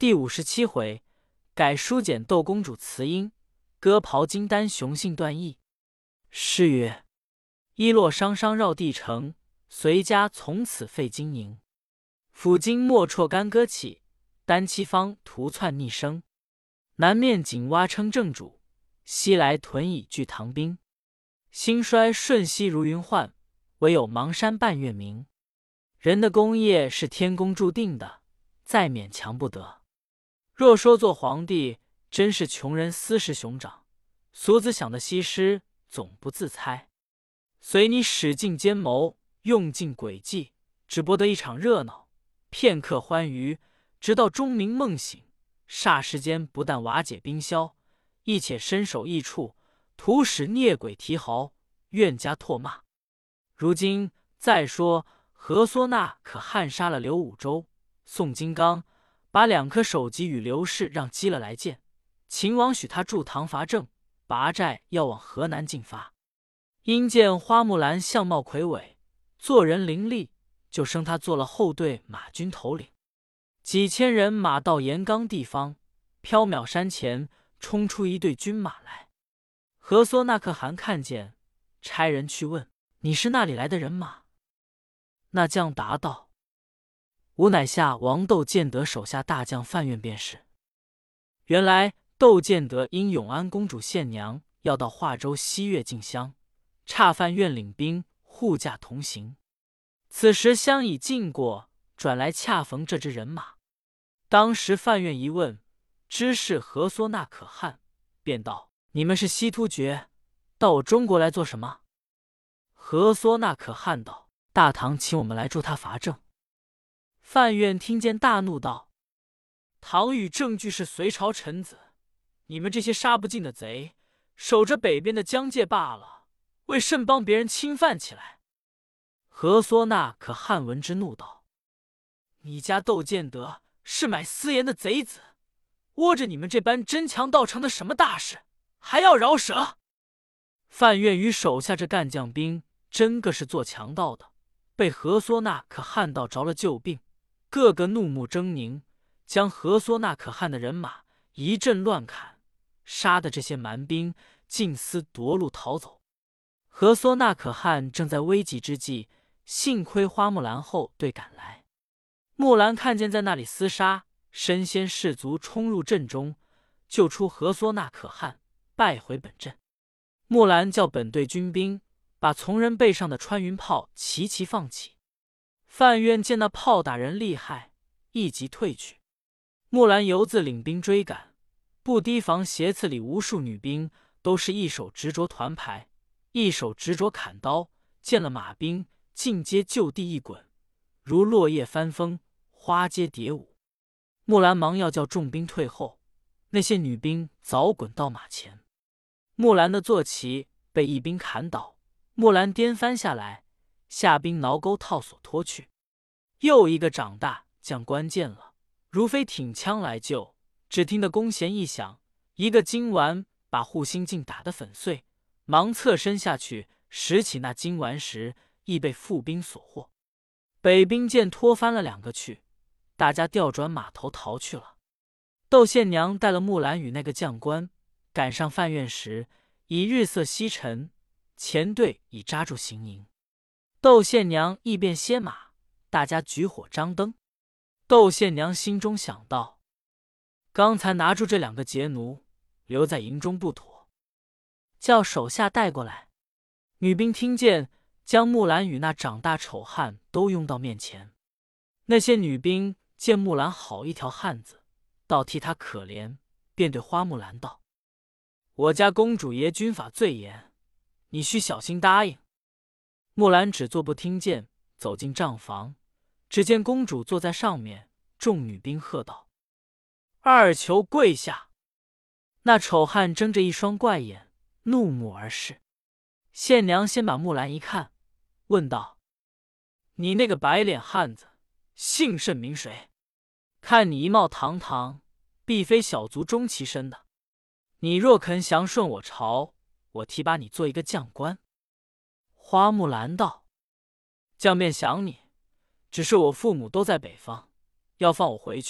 第57回，改书简窦公主辞音，割袍金丹雄性断义。诗曰：一落商商绕地城，随家从此废金营。抚今莫辍干戈起，单七方图窜逆生。南面井蛙称正主，西来屯以拒唐兵。兴衰瞬息如云幻，唯有邙山半月明。人的功业是天公注定的，再勉强不得。若说做皇帝，真是穷人私事熊掌，俗子想的西施，总不自猜。随你使尽奸谋，用尽诡计，只博得一场热闹，片刻欢愉，直到钟鸣梦醒，霎时间不但瓦解冰消，亦且身首异处，徒使孽鬼啼嚎，怨家唾骂。如今再说何缩那可汗杀了刘武周、宋金刚，把2颗首级与刘氏让击了来见，秦王许他驻唐伐郑，拔寨要往河南进发。因见花木兰相貌魁伟，做人伶俐，就升他做了后队马军头领。几千人马到盐冈地方，缥缈山前冲出一队军马来。何缩那可汗看见，差人去问：你是那里来的人马？那将答道：吾乃下王窦建德手下大将范愿便是。原来窦建德因永安公主献娘要到华州西岳进香，差范愿领兵护驾同行。此时乡已尽过，转来恰逢这支人马。当时范愿一问，知是何缩那可汗，便道：你们是西突厥，到我中国来做什么？何缩那可汗道：大唐请我们来助他伐郑。范愿听见大怒道：唐与郑俱是隋朝臣子，你们这些杀不尽的贼，守着北边的疆界罢了，为甚帮别人侵犯起来？何缩那可汗闻之怒道：你家窦建德是买私盐的贼子，窝着你们这般真强盗成的什么大事，还要饶舌？范愿与手下这干将兵真个是做强盗的，被何缩那可汗道着了旧病，个个怒目狰狞，将何缩那可汗的人马一阵乱砍，杀的这些蛮兵尽思夺路逃走。何缩那可汗正在危急之际，幸亏花木兰后队赶来。木兰看见在那里厮杀，身先士卒冲入阵中，救出何缩那可汗，败回本阵。木兰叫本队军兵把从人背上的穿云炮齐齐放起。范愿见那炮打人厉害，一急退去。木兰由自领兵追赶，不提防斜刺里无数女兵都是一手执着团牌，一手执着砍刀，见了马兵尽皆就地一滚，如落叶翻风，花街蝶舞。木兰忙要叫众兵退后，那些女兵早滚到马前。木兰的坐骑被一兵砍倒，木兰颠翻下来，下兵挠钩套索拖去。又一个长大将关键了，如飞挺枪来救，只听得弓弦一响，一个金丸把护心镜打得粉碎，忙侧身下去拾起那金丸时，亦被副兵所获。北兵见拖翻了2个去，大家调转马头逃去了。窦宪娘带了木兰与那个将官赶上范愿时，已日色西沉，前队已扎住行营。窦宪娘亦便歇马，大家举火张灯。窦宪娘心中想到：刚才拿住这2个劫奴，留在营中不妥，叫手下带过来。女兵听见，将木兰与那长大丑汉都拥到面前。那些女兵见木兰好一条汉子，倒替她可怜，便对花木兰道：我家公主爷军法最严，你须小心答应。木兰只做不听见，走进帐房，只见公主坐在上面，众女兵喝道：二求跪下！那丑汉睁着一双怪眼，怒目而视。宪娘先把木兰一看，问道：你那个白脸汉子，姓甚名谁？看你一貌堂堂，必非小卒中期身的。你若肯降顺我朝，我提拔你做一个将官。花木兰道：将便降你，只是我父母都在北方，要放我回去，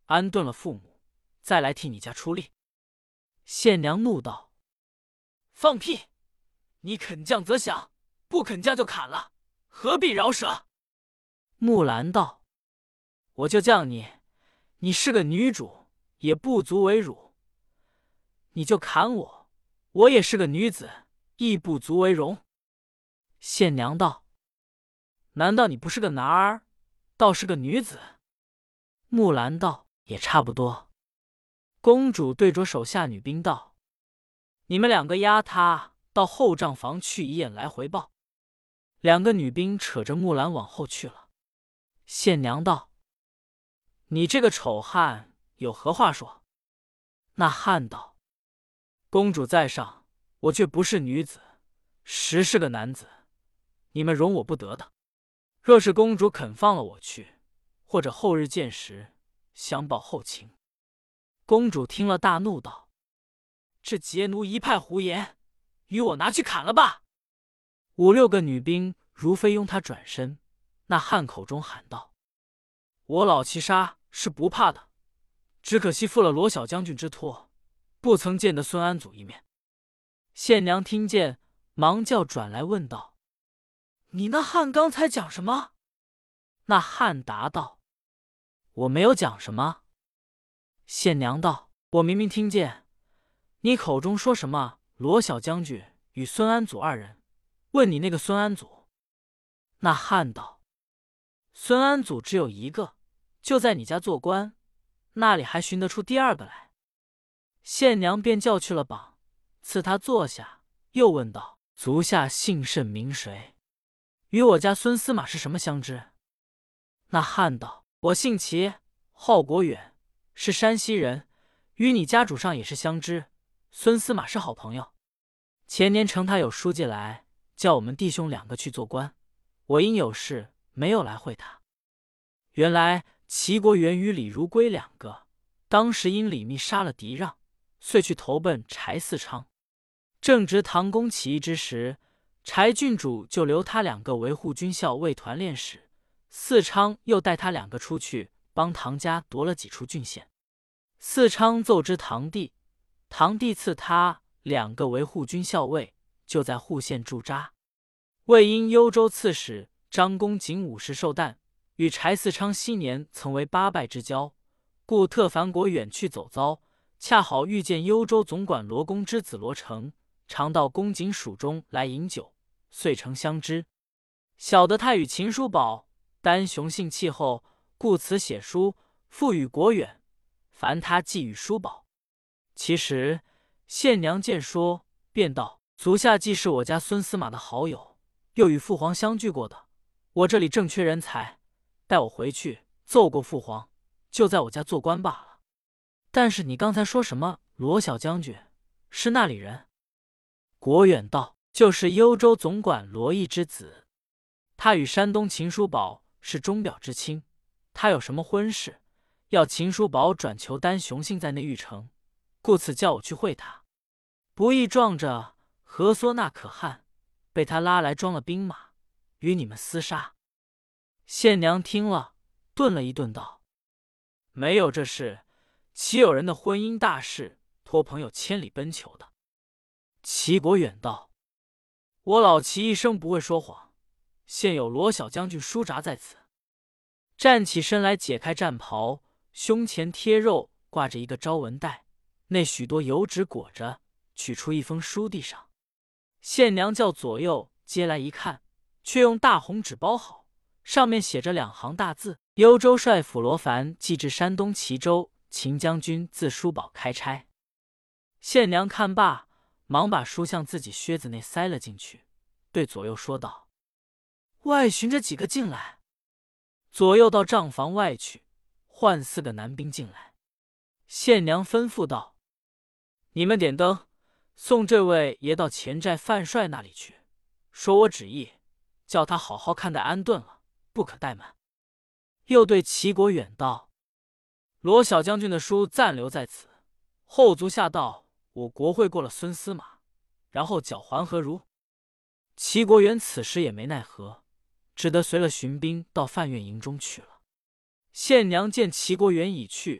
安顿了父母，再来替你家出力。”县娘怒道：“放屁！你肯降则降，不肯降就砍了，何必饶舌？”木兰道：“我就降你，你是个女主，也不足为辱；你就砍我，我也是个女子，亦不足为荣。”县娘道：“难道你不是个男儿，倒是个女子？”木兰道：“也差不多。”公主对着手下女兵道：“你们两个押他到后帐房去一宴来回报。”两个女兵扯着木兰往后去了。县娘道：“你这个丑汉有何话说？”那汉道：“公主在上，我却不是女子，实是个男子，你们容我不得的。若是公主肯放了我去，或者后日见时，相报后情。”公主听了大怒道：“这劫奴一派胡言，与我拿去砍了吧！”五六个女兵如非拥他转身。那汉口中喊道：“我老七杀是不怕的，只可惜负了罗小将军之托，不曾见得孙安祖一面。”县娘听见，忙叫转来问道：“你那汉刚才讲什么？”那汉答道：“我没有讲什么。”县娘道：“我明明听见你口中说什么罗小将军与孙安祖二人，问你那个孙安祖。”那汉道：“孙安祖只有一个，就在你家做官，那里还寻得出第二个来？”县娘便叫去了榜，赐他坐下，又问道：“足下姓甚名谁？与我家孙司马是什么相知？”那汉道：“我姓齐，号国远，是山西人，与你家主上也是相知。孙司马是好朋友。前年城他有书记来，叫我们弟兄两个去做官，我因有事没有来会他。原来齐国远与李如归两个，当时因李密杀了狄让，遂去投奔柴嗣昌。正值唐公起义之时，柴郡主就留他两个为护军校尉团练使，嗣昌又带他两个出去帮唐家夺了几处郡县。嗣昌奏知唐帝，唐帝赐他两个为护军校尉，就在户县驻扎。魏因幽州刺史张公瑾50寿诞，与柴嗣昌昔年曾为8拜之交，故特烦国远去走遭，恰好遇见幽州总管罗公之子罗成，常到公瑾署中来饮酒，遂成相知。晓得他与秦叔宝单雄性气候，故此写书付与国远，烦他寄与叔宝。其实县娘见说，便道：“足下既是我家孙司马的好友，又与父皇相聚过的，我这里正缺人才，待我回去奏过父皇，就在我家做官罢了。但是你刚才说什么罗小将军是那里人？”国远道：“就是幽州总管罗毅之子，他与山东秦叔宝是钟表之亲，他有什么婚事，要秦叔宝转求单雄信在内玉城，故此叫我去会他。不意撞着何缩那可汗，被他拉来装了兵马，与你们厮杀。”县娘听了，顿了一顿，道：“没有这事，岂有人的婚姻大事托朋友千里奔求的？”齐国远道：“我老齐一生不会说谎，现有罗小将军书札在此。”站起身来，解开战袍，胸前贴肉挂着一个招文袋，内许多油纸裹着，取出一封书递上。县娘叫左右接来一看，却用大红纸包好，上面写着2行大字：“幽州帅府罗凡寄至山东齐州，秦将军自叔宝开差。”县娘看罢，忙把书向自己靴子内塞了进去，对左右说道：“外寻着几个进来。”左右到帐房外去，唤4个男兵进来。县娘吩咐道：“你们点灯，送这位爷到前寨范帅那里去，说我旨意，叫他好好看待安顿了，不可怠慢。”又对齐国远道：“罗小将军的书暂留在此，后足下到我国会过了孙司马，然后缴还何如？”齐国远此时也没奈何，只得随了巡兵到范院营中去了。县娘见齐国远已去，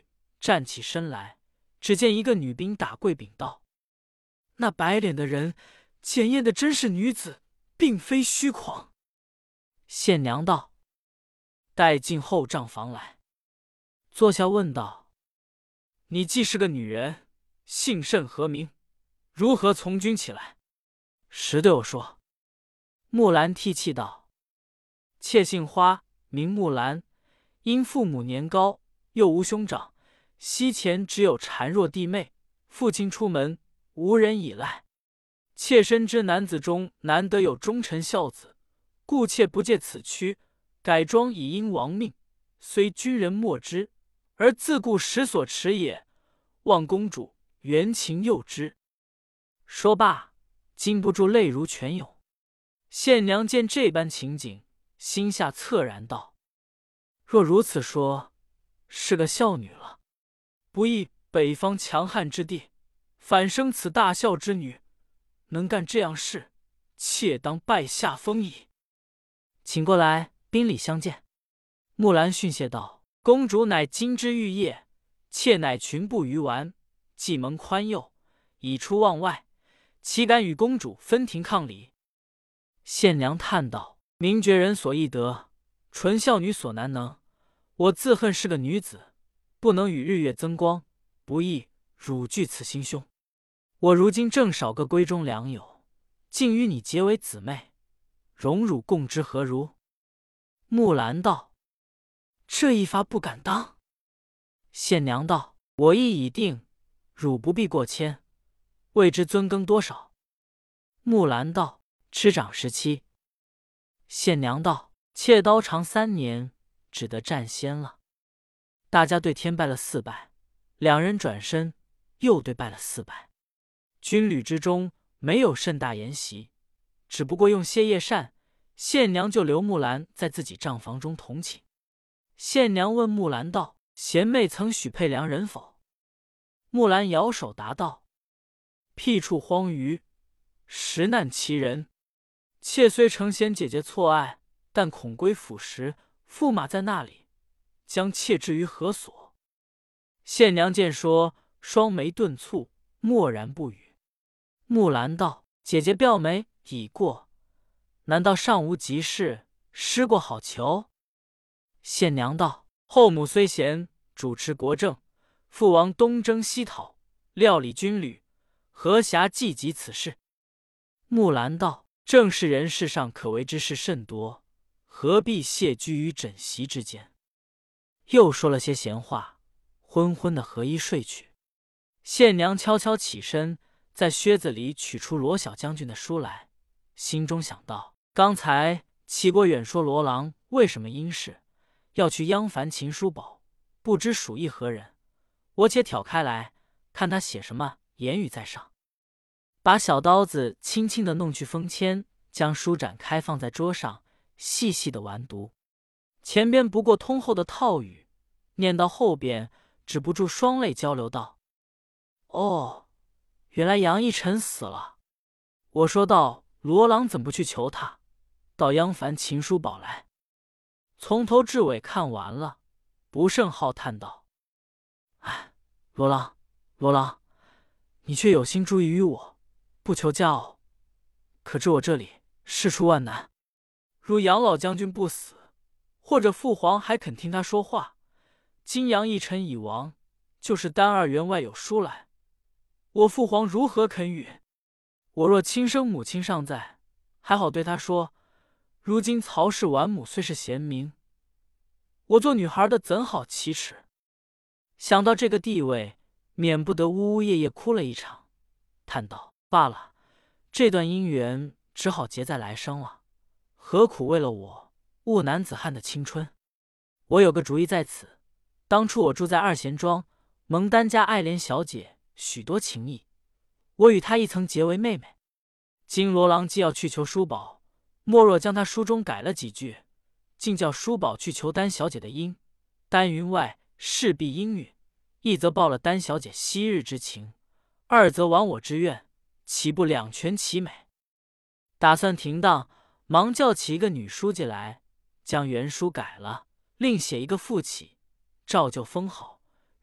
站起身来，只见一个女兵打跪禀道：“那白脸的人，检验的真是女子，并非虚诳。”县娘道：“带进后帐房来。”坐下问道：“你既是个女人，姓甚何名？如何从军起来？实对我说。”木兰涕泣道：“妾姓花，名木兰，因父母年高，又无兄长，膝前只有孱弱弟妹，父亲出门，无人倚赖。妾深知男子中难得有忠臣孝子，故妾不借此躯，改装以因亡命，虽军人莫知，而自顾实所持也，望公主原情诱之。”说罢，禁不住泪如泉涌。县娘见这般情景，心下恻然道：“若如此说，是个孝女了。不意北方强悍之地，反生此大孝之女，能干这样事，妾当拜下风矣。请过来，宾礼相见。”木兰训谢道：“公主乃金枝玉叶，妾乃裙布鱼丸，既蒙宽宥，已出望外，岂敢与公主分庭抗礼？”县娘叹道：“名爵人所易得，纯孝女所难能。我自恨是个女子，不能与日月增光，不意汝惧此心胸。我如今正少个闺中良友，竟与你结为姊妹，荣辱共之何如？”木兰道：“这一发不敢当。”县娘道：“我意已定，汝不必过谦，未知尊庚多少？”木兰道：“吃长17。”县娘道：“妾刀长3年，只得占先了。”大家对天拜了4拜，两人转身又对拜了4拜。军旅之中没有甚大筵席，只不过用些夜膳，县娘就留木兰在自己帐房中同寝。县娘问木兰道：“贤妹曾许配良人否？”木兰摇手答道：“僻处荒芜，实难其人。妾虽承贤姐姐错爱，但恐归府时，驸马在那里，将妾置于何所？”县娘见说，双眉顿蹙，默然不语。木兰道：“姐姐表眉已过，难道尚无急事，失过好求？”县娘道：“后母虽贤，主持国政，父王东征西讨，料理军旅，何暇计及此事？”木兰道：“正是人世上可为之事甚多，何必谢居于枕席之间？”又说了些闲话，昏昏的合衣睡去。县娘悄悄起身，在靴子里取出罗小将军的书来，心中想到：刚才齐国远说罗郎为什么因事要去央凡秦叔宝，不知属意何人。我且挑开来，看他写什么言语在上。把小刀子轻轻地弄去封签，将书展开放在桌上，细细的玩读。前边不过通后的套语，念到后边止不住双泪交流道：“哦，原来杨义臣死了。我说道罗郎怎不去求他，到央凡秦叔宝来。”从头至尾看完了，不胜浩叹道：“哎，罗郎，罗郎，你却有心注意于我，不求佳偶。可知我这里事出万难，如杨老将军不死，或者父皇还肯听他说话，今杨义臣已亡，就是单二员外有书来，我父皇如何肯允？我若亲生母亲尚在，还好对他说，如今曹氏纨母虽是贤明，我做女孩的怎好启齿？想到这个地位，免不得呜呜咽咽哭了一场，叹道：罢了，这段姻缘只好结在来生了，何苦为了我误男子汉的青春？我有个主意在此。当初我住在二贤庄，蒙丹家爱怜小姐许多情谊，我与她亦曾结为妹妹。今罗郎既要去求叔宝，莫若将他书中改了几句，竟叫叔宝去求丹小姐的姻，丹云外势必应允，一则报了丹小姐昔日之情，二则完我之愿，岂不两全其美？打算停当，忙叫起一个女书记来，将原书改了，另写一个复起，照旧封好，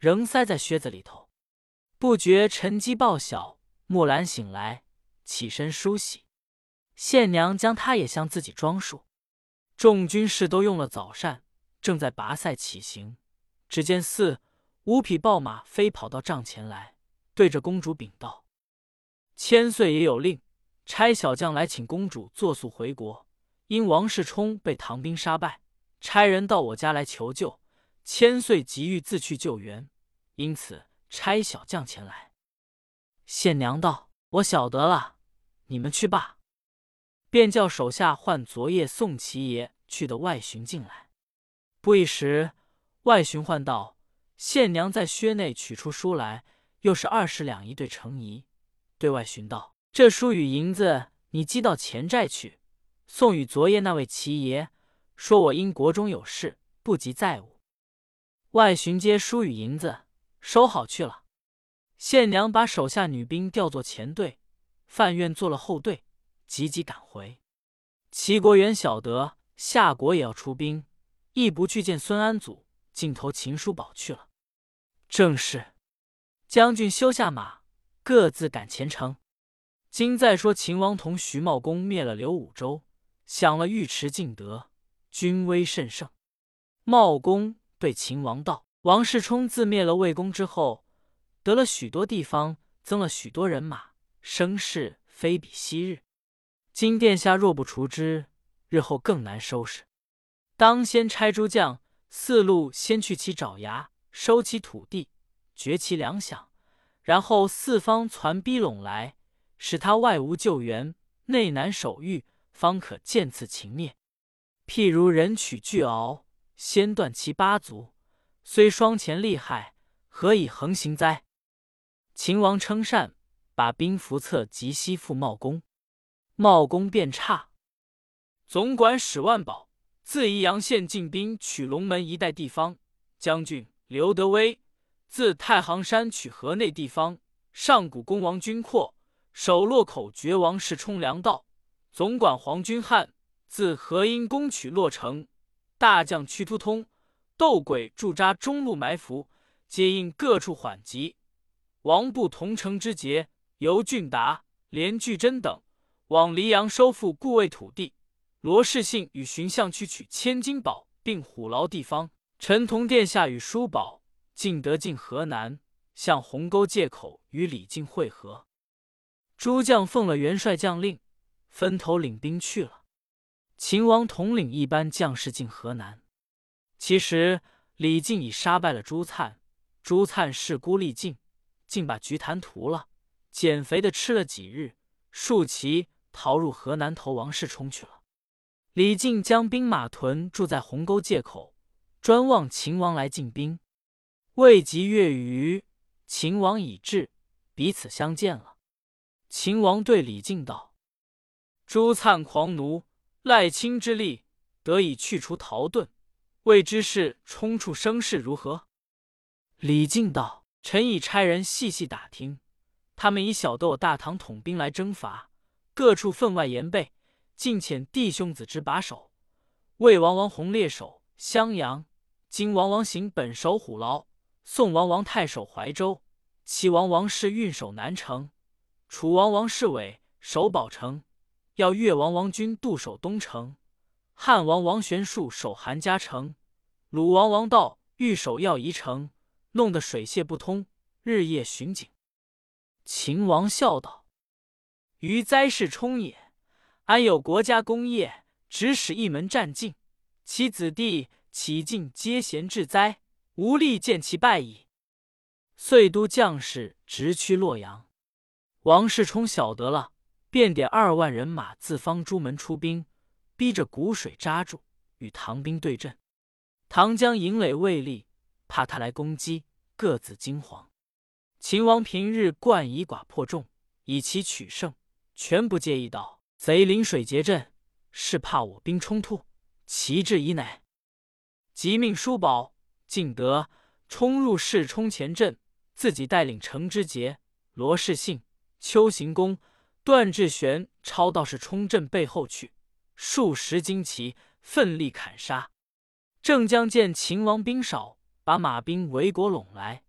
仍塞在靴子里头。不觉晨鸡报晓，木兰醒来，起身梳洗。县娘将他也向自己装束。众军士都用了早膳，正在拔赛起行，只见4、5匹豹马飞跑到帐前来，对着公主禀道：千岁爷有令，差小将来请公主作速回国，因王世充被唐兵杀败，差人到我家来求救，千岁急欲自去救援，因此差小将前来。县娘道：我晓得了，你们去罢。便叫手下唤昨夜送齐爷去的外巡进来。不一时，外巡唤道：县娘在靴内取出书来，又是20两一对成仪。对外巡道：这书与银子你寄到钱寨去，送与昨夜那位齐爷，说我因国中有事，不及载物。外巡接书与银子，收好去了。县娘把手下女兵调作前队，范院做了后队，急急赶回。齐国元晓得夏国也要出兵，亦不去见孙安祖，径投秦叔宝去了。正是将军休下马，各自赶前程。今再说秦王同徐茂公灭了刘武周，享了尉迟敬德，军威甚盛。茂公对秦王道：王世充自灭了魏公之后，得了许多地方，增了许多人马，声势非比昔日。今殿下若不除之，日后更难收拾。当先差诸将4路先去其爪牙，收其土地，绝其粮饷，然后四方攒逼拢来，使他外无救援，内难守御，方可渐次秦灭。譬如人取巨鳌，先断其8足，虽双前厉害，何以横行哉？秦王称善，把兵符册及西赴茂公。茂公便诧。总管史万宝自宜阳县进兵取龙门一带地方，将军刘德威自太行山取河内地方，上古攻王军阔守洛口绝王世充粮道。总管黄君汉自河阴攻取洛城，大将屈突通、斗鬼驻扎中路埋伏，皆因各处缓急。王部同城之节，尤俊达、连巨珍等往黎阳收复固卫土地。罗士信与荀相去取千金堡并虎牢地方。陈同殿下与叔宝进得进河南，向鸿沟界口与李靖会合。诸将奉了元帅将令，分头领兵去了。秦王统领一班将士进河南。其实李靖已杀败了朱粲，朱粲势孤力尽，竟把局坛屠了，减肥的吃了几日，数骑逃入河南投王世充去了。李靖将兵马屯驻在鸿沟界口，专望秦王来进兵。未及月余，秦王已至，彼此相见了。秦王对李靖道：朱粲狂奴，赖卿之力，得以去除逃遁，未知是冲处声势如何？李靖道：臣已差人细细打听，他们已晓得我大唐统兵来征伐，各处分外严备，尽遣弟兄子之把守。魏王王弘列守襄阳，金王王行本守虎牢，宋王王太守怀州，齐王王氏运守南城，楚王王世伟守保城，要越王王军渡守东城，汉王王玄术守韩家城，鲁王王道御守要夷城，弄得水泄不通，日夜巡警。秦王笑道：余灾世充也，安有国家功业，只使一门战尽，其子弟岂尽皆贤治灾，无力见其败矣。遂督将士直趋洛阳。王世充晓得了，便点2万人马自方朱门出兵，逼着谷水扎住，与唐兵对阵。唐将营垒未立，怕他来攻击，各自惊惶。秦王平日惯以寡破众，以其取胜，全不介意道：贼临水结阵，是怕我兵冲突，其志已馁。即命叔宝、敬德冲入世充前阵，自己带领程之节、罗士信、邱行公、段志玄抄到世充阵背后去，数十旌旗奋力砍杀。正将见秦王兵少，把马兵围裹拢来，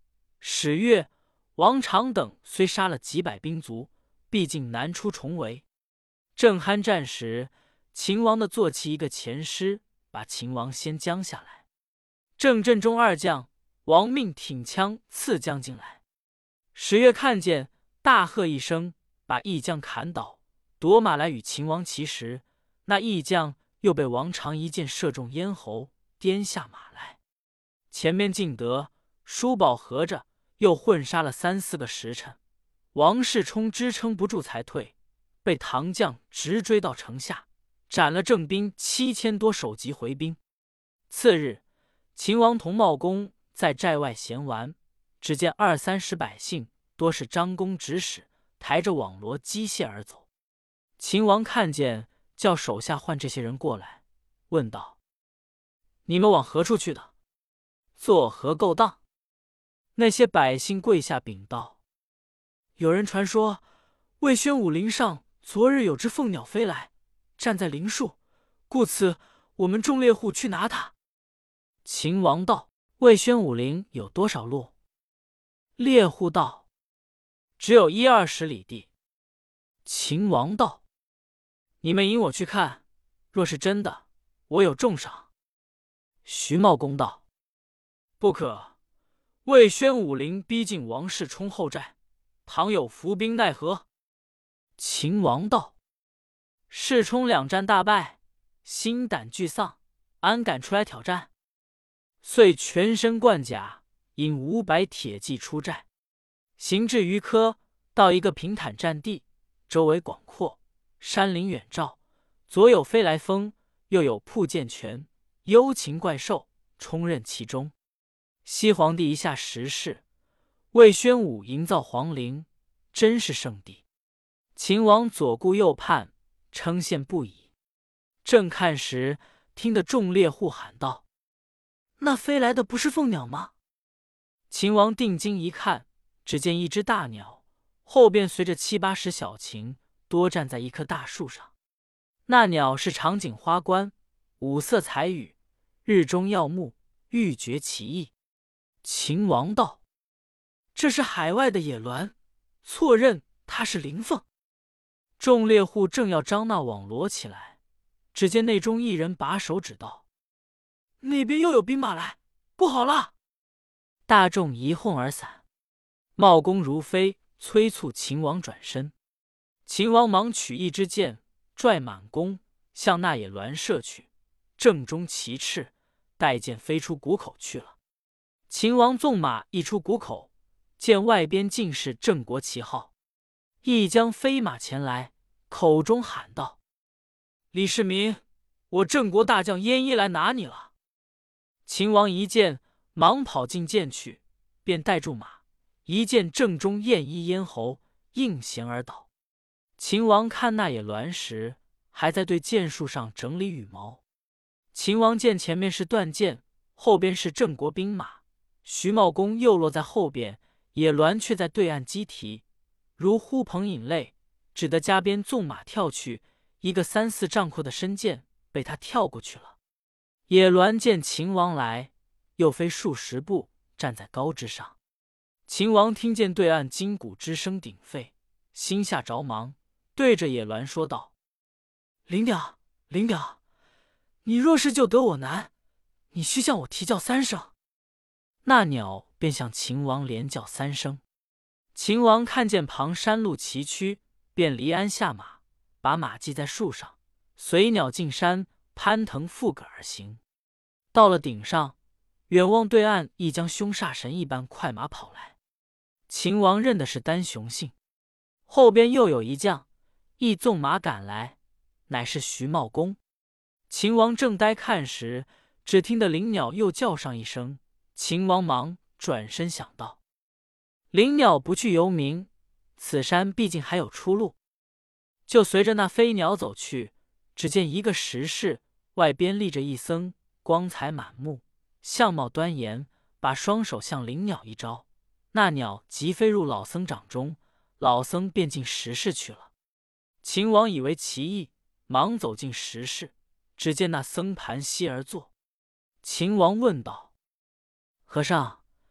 史越、王常等虽杀了几百兵卒，毕竟难出重围。正酣战时，秦王的坐骑一个前师，把秦王先将下来。正阵中二将王命挺枪刺将进来。史越看见，大喝一声，把义将砍倒，夺马来与秦王齐时，那义将又被王常一箭射中咽喉，颠下马来。前面敬德、叔宝合着又混杀了3、4个时辰，王世充支撑不住才退，被唐将直追到城下，斩了郑兵7000多首级回兵。次日，秦王同茂公在寨外闲玩，只见20-30百姓，多是张弓指使，抬着网罗机械而走。秦王看见，叫手下唤这些人过来，问道：“你们往何处去的？作何勾当？”那些百姓跪下禀道：“有人传说，魏宣武陵上昨日有只凤鸟飞来，站在陵树，故此我们众猎户去拿它。”秦王道：“魏宣武陵有多少路？”猎户道：“只有10-20里地。”秦王道：“你们引我去看，若是真的，我有重赏。”徐茂公道：“不可，魏宣武陵逼近王世充后寨，倘有伏兵奈何？”秦王道：“世充2战大败，心胆俱丧，安敢出来挑战？”遂全身贯甲，引500铁骑出寨，行至于柯，到一个平坦占地，周围广阔，山林远照，左有飞来峰，右有瀑涧泉，幽禽怪兽充任其中。西皇帝一下时势，魏宣武营造皇陵，真是圣地。秦王左顾右盼，称羡不已。正看时，听得众猎户喊道：“那飞来的不是凤鸟吗？”秦王定睛一看，只见一只大鸟，后边随着70-80小禽，多站在一棵大树上。那鸟是长颈花冠，五色彩羽，日中耀目，欲绝其意。秦王道：“这是海外的野鸾，错认它是灵凤。”众猎户正要张那网罗起来，只见内中一人把手指道：“那边又有兵马来，不好了！”大众一哄而散。茂公如飞，催促秦王转身。秦王忙取一支箭，拽满弓，向那野鸾射去，正中其翅，带箭飞出谷口去了。秦王纵马一出谷口，见外边尽是郑国旗号，一将飞马前来，口中喊道：“李世民，我郑国大将燕一来拿你了。”秦王一见，忙跑进涧去，便带住马，一箭正中燕一咽喉，应弦而倒。秦王看那野鸾时，还在对箭树上整理羽毛。秦王见前面是断箭，后边是郑国兵马，徐茂公又落在后边，野鸾却在对岸击蹄，如呼朋引泪，只得加鞭纵马跳去，一个3、4丈阔的深涧被他跳过去了。野鸾见秦王来，又飞数10步，站在高枝上。秦王听见对岸金鼓之声鼎沸，心下着忙，对着野鸾说道：“灵鸟，灵鸟，你若是救得我难，你须向我啼叫3声。”那鸟便向秦王连叫3声。秦王看见旁山路崎岖，便离鞍下马，把马系在树上，随鸟进山，攀藤附葛而行。到了顶上，远望对岸一将凶煞神一般快马跑来。秦王认的是单雄信，后边又有一将，亦纵马赶来，乃是徐茂公。秦王正呆看时，只听得灵鸟又叫上一声，秦王忙转身想到：灵鸟不去由鸣，此山毕竟还有出路，就随着那飞鸟走去。只见一个石室，外边立着一僧，光彩满目，相貌端严，把双手向灵鸟一招，那鸟即飞入老僧掌中，老僧便进石室去了。秦王以为奇异，忙走进石室，只见那僧盘膝而坐。秦王问道：“和尚，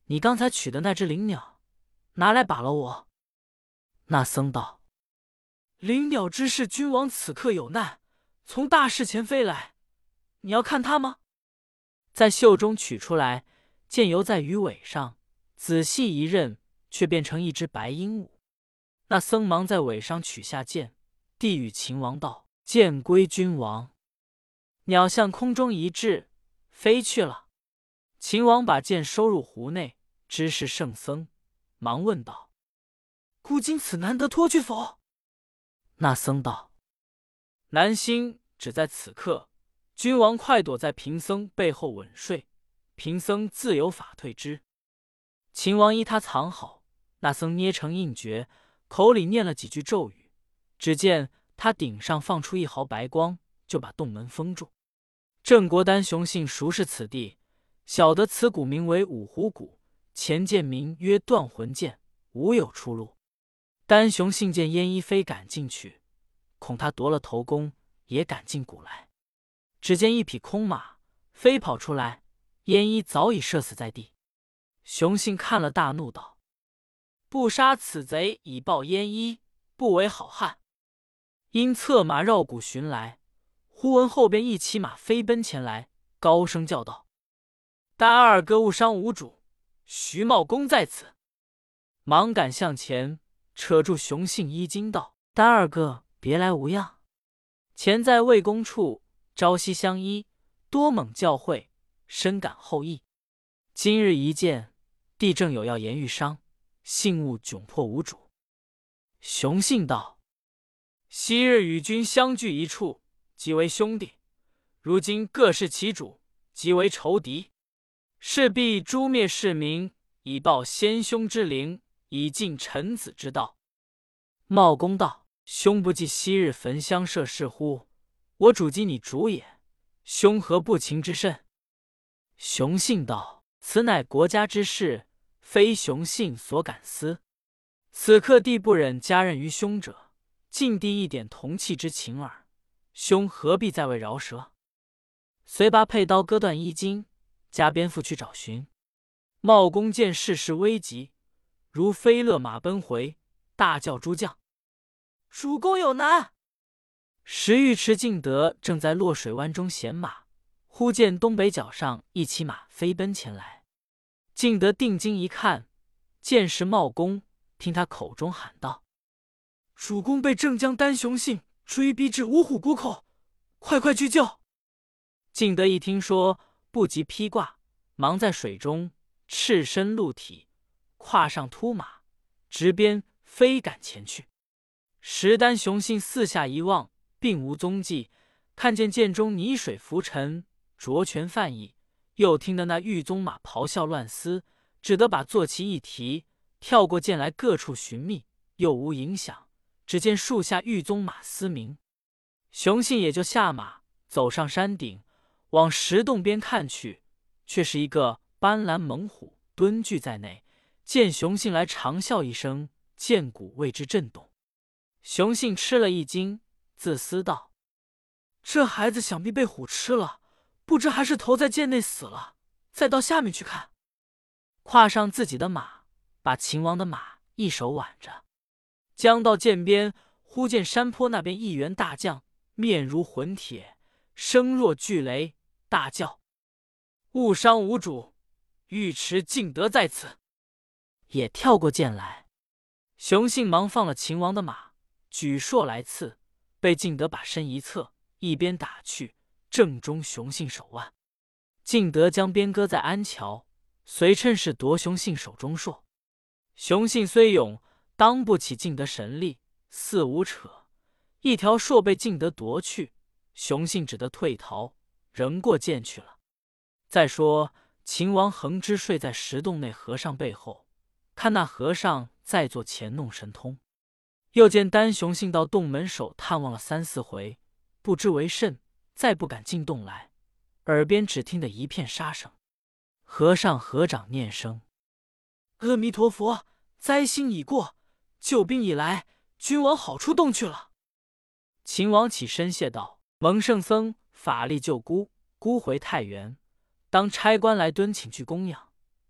你刚才取的那只灵鸟，拿来把了我。”那僧道：“灵鸟之事，君王此刻有难，从大事前飞来，你要看它吗？”在袖中取出来，见犹在鱼尾上，仔细一认，却变成一只白鹦鹉。那僧忙在尾上取下剑，递与秦王道：“剑归君王。”鸟向空中一掷，飞去了。秦王把剑收入壶内，知是圣僧，忙问道：“孤今此难得脱去否？”那僧道：“难心只在此刻，君王快躲在贫僧背后稳睡，贫僧自有法退之。”秦王依他藏好，那僧捏成印诀，口里念了几句咒语，只见他顶上放出一毫白光，就把洞门封住。郑国丹雄信熟视此地，晓得此谷名为五湖谷，前剑名曰断魂剑，无有出路。丹雄信见燕一飞赶进去，恐他夺了头功，也赶进谷来。只见一匹空马飞跑出来，燕一早已射死在地。雄信看了，大怒道：“不杀此贼以报燕一，不为好汉。”因策马绕谷寻来，忽闻后边一骑马飞奔前来，高声叫道：“丹二哥误伤无主，徐茂公在此！”忙赶向前，扯住雄信衣襟道：“丹二哥别来无恙？前在魏公处朝夕相依，多猛教诲，深感厚意。今日一见，弟正有要言欲商，信物窘迫无主。”雄信道：“昔日与君相聚一处，即为兄弟；如今各是其主，即为仇敌。势必诛灭世民，以报先兄之灵，以尽臣子之道。”茂公道：“兄不记昔日焚香社事乎？我主击你主也，兄何不情之甚？”雄信道：“此乃国家之事，非雄信所敢思。此刻弟不忍加任于兄者，尽弟一点同气之情耳。兄何必再为饶舌？”遂拔佩刀割断衣襟，加鞭复去找寻。茂公见事势危急，如飞勒马奔回，大叫诸将：“主公有难！”时尉迟敬德正在落水湾中衔马，忽见东北角上一骑马飞奔前来。敬德定睛一看，见是茂公，听他口中喊道：“主公被郑将丹雄信追逼至五虎谷口，快快去救！”敬德一听说，不及披挂，忙在水中赤身露体，跨上秃马，执鞭飞赶前去。时丹雄信四下一望，并无踪迹，看见涧中泥水浮沉，�浊泉泛溢，又听得那狱宗马咆哮乱嘶，只得把坐骑一提，跳过涧来各处寻觅，又无影响，只见树下狱宗马嘶鸣。雄信也就下马，走上山顶，往石洞边看去，却是一个斑斓猛虎蹲踞在内。见雄信来，长啸一声，涧谷为之震动。雄信吃了一惊，自思道：“这孩子想必被虎吃了，不知还是头在涧内死了，再到下面去看。”跨上自己的马，把秦王的马一手挽着，将到涧边，忽见山坡那边一员大将，面如混铁，声若巨雷，大叫：“误伤无主，尉迟敬德在此！”也跳过涧来。雄信忙放了秦王的马，举槊来刺，被敬德把身一侧，一边打去，正中雄信手腕。敬德将鞭搁在鞍桥，遂趁势夺雄信手中槊。雄信虽勇，当不起敬德神力，似无扯，一条槊被敬德夺去，雄信只得退逃，仍过涧去了。再说秦王横之睡在石洞内和尚背后，看那和尚在做钱弄神通。又见丹雄信到洞门首探望了3、4回，不知为甚，再不敢进洞来，耳边只听得一片沙声。和尚合掌念声：“阿弥陀佛，灾星已过，救兵已来，君往好处洞去了。”秦王起身谢道：“蒙圣僧法力救孤，孤回太原，当差官来敦请去供养。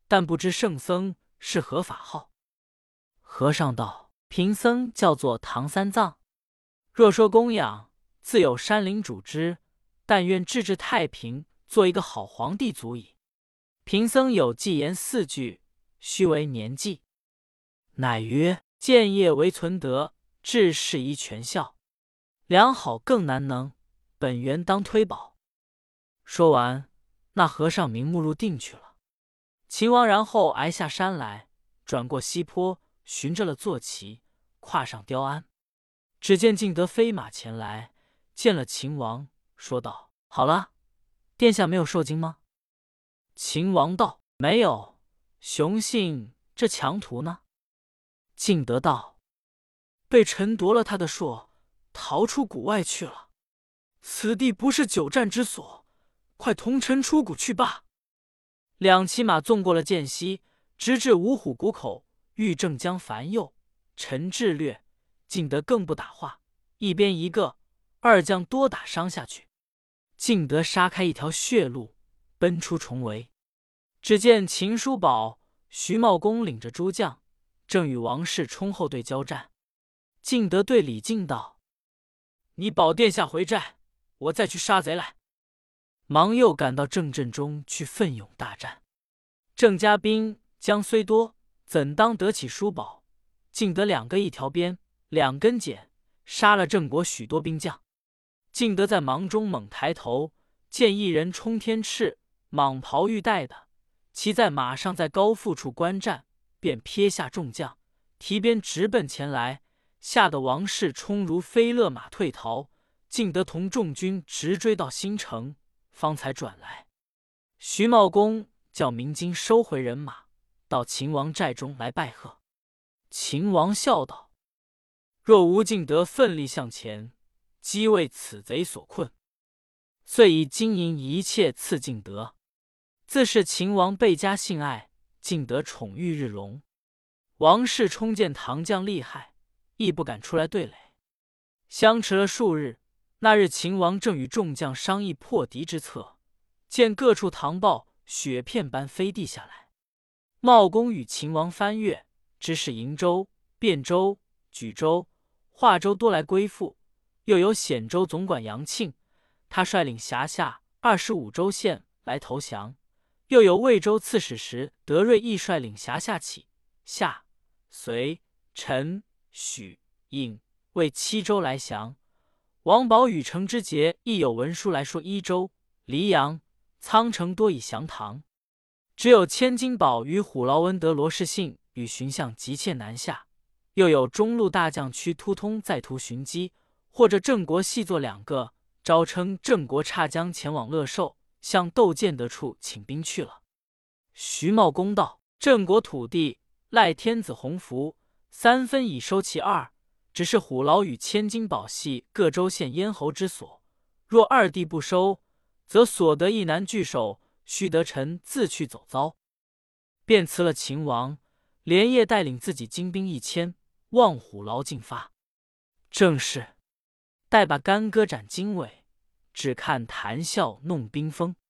但不知圣僧是何法号。和尚道：贫僧叫做唐三藏。若说供养，自有山林主之，但愿治治太平，做一个好皇帝足矣。贫僧有记言4句，须为年纪。乃曰：建业为存德，治世宜全孝，良好更难能，本源当推保。说完，那和尚瞑目入定去了。秦王然后挨下山来，转过西坡，寻着了坐骑，跨上雕鞍。只见敬德飞马前来，见了秦王，说道：好了，殿下没有受惊吗？秦王道：没有，雄信这强徒呢？敬德道：被臣夺了他的槊，逃出谷外去了。此地不是久战之所，快同臣出谷去罢。两骑马纵过了涧溪，直至五虎谷口，遇正将樊佑、陈志略，敬德更不打话，一边一个，二将多打伤下去。敬德杀开一条血路，奔出重围。只见秦叔宝、徐茂公领着诸将，正与王氏冲后队交战。敬德对李靖道：你保殿下回寨，我再去杀贼来。忙又赶到郑阵中去奋勇大战。郑家兵将虽多，怎当得起叔宝？敬德2个一条鞭，2根锏，杀了郑国许多兵将。敬德在忙中猛抬头，见一人冲天翅，蟒袍玉带的，骑在马上，在高阜处观战，便撇下众将，提鞭直奔前来，吓得王氏冲如飞勒马退逃。敬德同众军直追到新城，方才转来。徐茂公叫鸣金收回人马，到秦王寨中来拜贺。秦王笑道：若无敬德奋力向前，即为此贼所困，遂以金银一切赐敬德。自是秦王倍加信爱，敬德宠遇日隆。王氏冲见唐将厉害，亦不敢出来对垒。相持了数日，那日秦王正与众将商议破敌之策，见各处唐报雪片般飞地下来。茂公与秦王翻阅，知是瀛州、汴州、莒州、华州多来归附，又有显州总管杨庆，他率领辖下25州县来投降。又有魏州刺史时德瑞亦率领辖下启、夏、隋、陈、许、颍、魏7州来降。王保与程之节亦有文书来说伊州、黎阳、苍城多以降唐。只有千金宝与虎牢温德罗士信与荀相急切南下，又有中路大将屈突通在途寻击，或者郑国细作2个，招称郑国差将前往乐寿，向窦建德处请兵去了。徐茂公道：郑国土地赖天子洪福，3分已收其2，只是虎牢与千金宝系各州县咽喉之所，若2地不收，则所得亦难拒守，须得臣自去走遭。便辞了秦王，连夜带领自己精兵1000，望虎牢进发。正是待把干戈斩经纬，只看谈笑弄冰封。